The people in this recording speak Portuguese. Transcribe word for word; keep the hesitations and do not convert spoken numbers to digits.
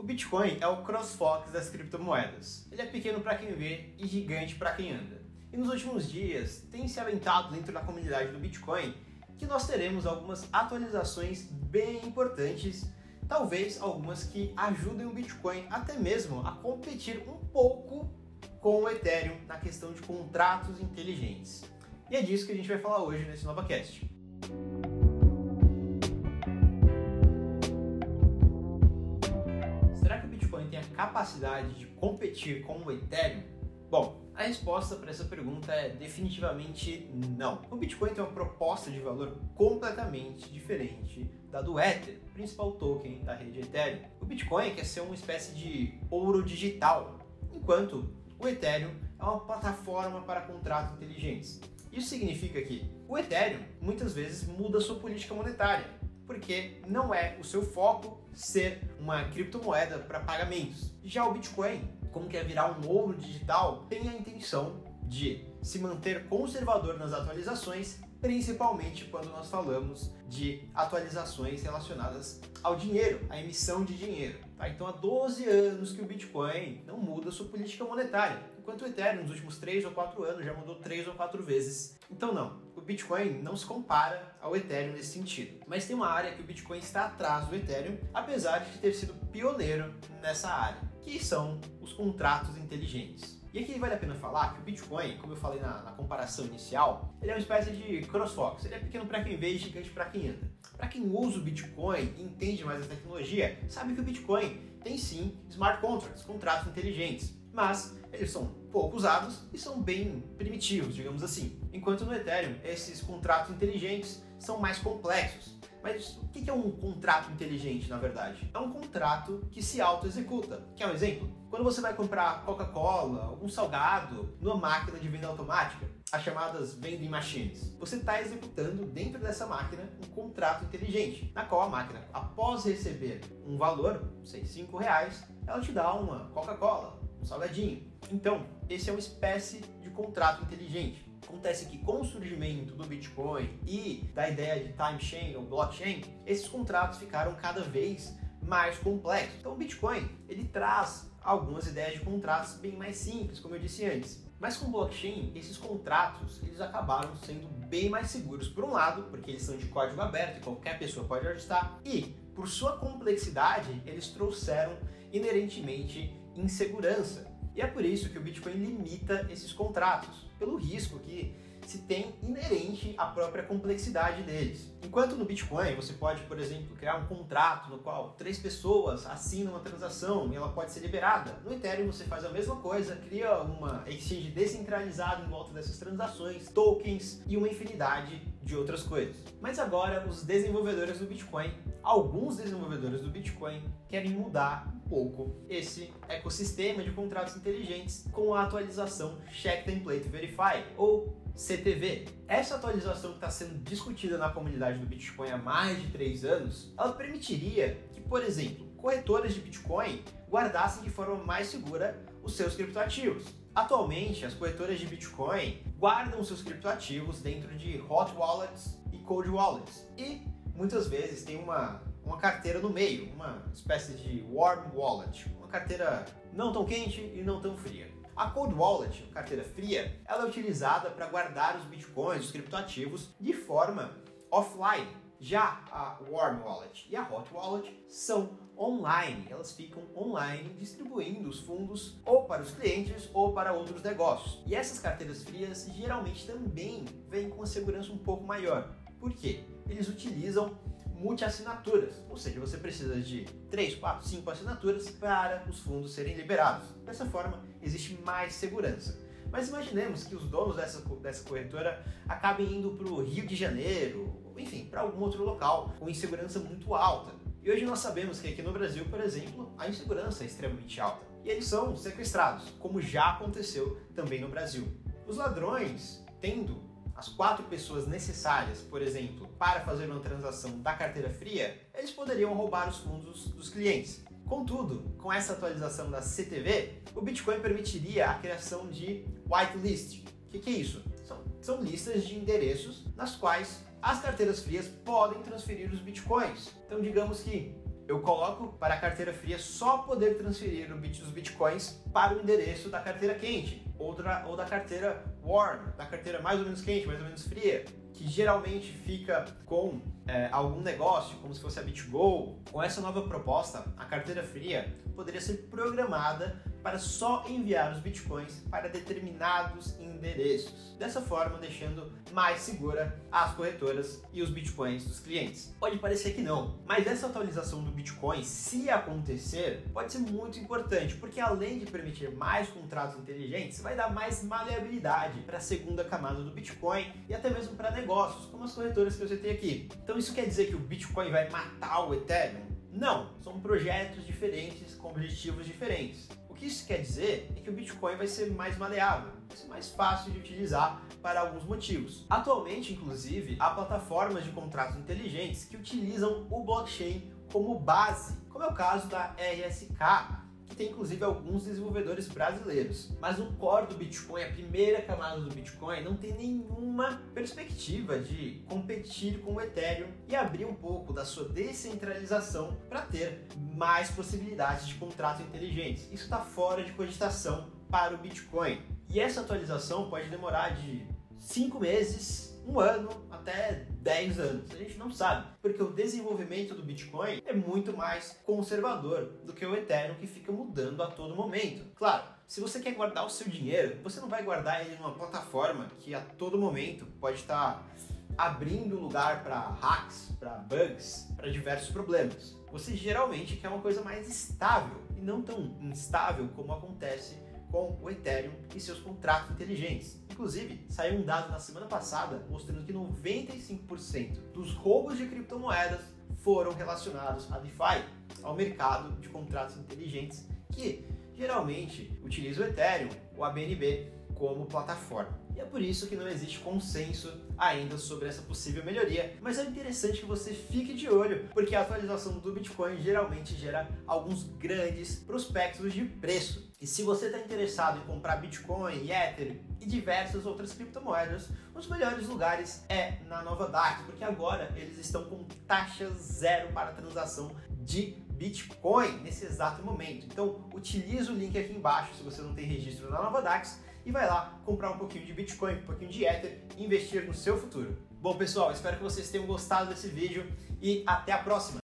Bitcoin é o CrossFox das criptomoedas. Ele é pequeno para quem vê e gigante para quem anda. E nos últimos dias tem se aventado dentro da comunidade do Bitcoin que nós teremos algumas atualizações bem importantes, talvez algumas que ajudem o Bitcoin até mesmo a competir um pouco com o Ethereum na questão de contratos inteligentes. E é disso que a gente vai falar hoje nesse NovaCast. Será que o Bitcoin tem a capacidade de competir com o Ethereum? Bom, a resposta para essa pergunta é definitivamente não. O Bitcoin tem uma proposta de valor completamente diferente da do Ether, principal token da rede Ethereum. O Bitcoin quer ser uma espécie de ouro digital, enquanto o Ethereum é uma plataforma para contratos inteligentes. Isso significa que o Ethereum muitas vezes muda sua política monetária, porque não é o seu foco ser uma criptomoeda para pagamentos. Já o Bitcoin, como quer virar um ouro digital, tem a intenção de se manter conservador nas atualizações, principalmente quando nós falamos de atualizações relacionadas ao dinheiro, à emissão de dinheiro. Tá? Então há doze anos que o Bitcoin não muda sua política monetária, enquanto o Ethereum nos últimos três ou quatro anos já mudou três ou quatro vezes. Então não, o Bitcoin não se compara ao Ethereum nesse sentido. Mas tem uma área que o Bitcoin está atrás do Ethereum, apesar de ter sido pioneiro nessa área, que são os contratos inteligentes. E aqui vale a pena falar que o Bitcoin, como eu falei na, na comparação inicial, ele é uma espécie de CrossFox. Ele é pequeno para quem vê e gigante para quem anda. Para quem usa o Bitcoin e entende mais a tecnologia, sabe que o Bitcoin tem sim smart contracts, contratos inteligentes, mas eles são pouco usados e são bem primitivos, digamos assim. Enquanto no Ethereum, esses contratos inteligentes são mais complexos. Mas o que é um contrato inteligente, na verdade? É um contrato que se auto-executa. Quer um exemplo? Quando você vai comprar Coca-Cola, algum salgado, numa máquina de venda automática, as chamadas vending machines, você está executando dentro dessa máquina um contrato inteligente, na qual a máquina, após receber um valor, sei, cinco reais, ela te dá uma Coca-Cola, um salgadinho. Então, esse é uma espécie de contrato inteligente. Acontece que com o surgimento do Bitcoin e da ideia de time chain ou blockchain, esses contratos ficaram cada vez mais complexos. Então o Bitcoin, ele traz algumas ideias de contratos bem mais simples, como eu disse antes. Mas com blockchain, esses contratos, eles acabaram sendo bem mais seguros. Por um lado, porque eles são de código aberto e qualquer pessoa pode ajustar. E, por sua complexidade, eles trouxeram inerentemente insegurança. E é por isso que o Bitcoin limita esses contratos, pelo risco que se tem inerente à própria complexidade deles. Enquanto no Bitcoin você pode, por exemplo, criar um contrato no qual três pessoas assinam uma transação e ela pode ser liberada, no Ethereum você faz a mesma coisa, cria uma exchange descentralizada em volta dessas transações, tokens e uma infinidade de outras coisas. Mas agora os desenvolvedores do Bitcoin, alguns desenvolvedores do Bitcoin querem mudar um pouco esse ecossistema de contratos inteligentes com a atualização Check Template Verify, ou C T V. Essa atualização que está sendo discutida na comunidade do Bitcoin há mais de três anos, ela permitiria que, por exemplo, corretoras de Bitcoin guardassem de forma mais segura os seus criptoativos. Atualmente, as corretoras de Bitcoin guardam seus criptoativos dentro de hot wallets e cold wallets. E muitas vezes tem uma, uma carteira no meio, uma espécie de warm wallet, uma carteira não tão quente e não tão fria. A cold wallet, carteira fria, ela é utilizada para guardar os bitcoins, os criptoativos, de forma offline. Já a warm wallet e a hot wallet são online, elas ficam online distribuindo os fundos ou para os clientes ou para outros negócios. E essas carteiras frias geralmente também vêm com uma segurança um pouco maior. Por quê? Eles utilizam multi-assinaturas, ou seja, você precisa de três, quatro, cinco assinaturas para os fundos serem liberados. Dessa forma, existe mais segurança. Mas imaginemos que os donos dessa, dessa corretora acabem indo para o Rio de Janeiro, enfim, para algum outro local com insegurança muito alta. E hoje nós sabemos que aqui no Brasil, por exemplo, a insegurança é extremamente alta. E eles são sequestrados, como já aconteceu também no Brasil. Os ladrões, tendo as quatro pessoas necessárias, por exemplo, para fazer uma transação da carteira fria, eles poderiam roubar os fundos dos clientes. Contudo, com essa atualização da C T V, o Bitcoin permitiria a criação de whitelist. O que, que é isso? São, são listas de endereços nas quais as carteiras frias podem transferir os bitcoins. Então, digamos que eu coloco para a carteira fria só poder transferir os bitcoins para o endereço da carteira quente, ou da, ou da carteira warm, da carteira mais ou menos quente, mais ou menos fria, que geralmente fica com é, algum negócio, como se fosse a BitGo. Com essa nova proposta, a carteira fria poderia ser programada para só enviar os bitcoins para determinados endereços, dessa forma deixando mais segura as corretoras e os bitcoins dos clientes. Pode parecer que não, mas essa atualização do Bitcoin, se acontecer, pode ser muito importante, porque além de permitir mais contratos inteligentes, vai dar mais maleabilidade para a segunda camada do Bitcoin e até mesmo para negócios, como as corretoras que eu citei aqui. Então isso quer dizer que o Bitcoin vai matar o Ethereum? Não, são projetos diferentes com objetivos diferentes. O que isso quer dizer é que o Bitcoin vai ser mais maleável, vai ser mais fácil de utilizar para alguns motivos. Atualmente, inclusive, há plataformas de contratos inteligentes que utilizam o blockchain como base, como é o caso da R S K, que tem inclusive alguns desenvolvedores brasileiros. Mas o core do Bitcoin, a primeira camada do Bitcoin, não tem nenhuma perspectiva de competir com o Ethereum e abrir um pouco da sua descentralização para ter mais possibilidades de contratos inteligentes. Isso está fora de cogitação para o Bitcoin. E essa atualização pode demorar de cinco meses, um ano, até dez anos. A gente não sabe, porque o desenvolvimento do Bitcoin é muito mais conservador do que o Ethereum, que fica mudando a todo momento. Claro, se você quer guardar o seu dinheiro, você não vai guardar ele numa plataforma que a todo momento pode estar abrindo lugar para hacks, para bugs, para diversos problemas. Você geralmente quer uma coisa mais estável e não tão instável como acontece com o Ethereum e seus contratos inteligentes. Inclusive, saiu um dado na semana passada mostrando que noventa e cinco por cento dos roubos de criptomoedas foram relacionados a DeFi, ao mercado de contratos inteligentes, que geralmente utiliza o Ethereum ou a B N B como plataforma. E é por isso que não existe consenso ainda sobre essa possível melhoria, mas é interessante que você fique de olho, porque a atualização do Bitcoin geralmente gera alguns grandes prospectos de preço. E se você está interessado em comprar Bitcoin, Ether e diversas outras criptomoedas, os melhores lugares é na Nova Dax, porque agora eles estão com taxa zero para transação de Bitcoin nesse exato momento. Então utilize o link aqui embaixo se você não tem registro na Nova Dax e vai lá comprar um pouquinho de Bitcoin, um pouquinho de Ether e investir no seu futuro. Bom pessoal, espero que vocês tenham gostado desse vídeo e até a próxima!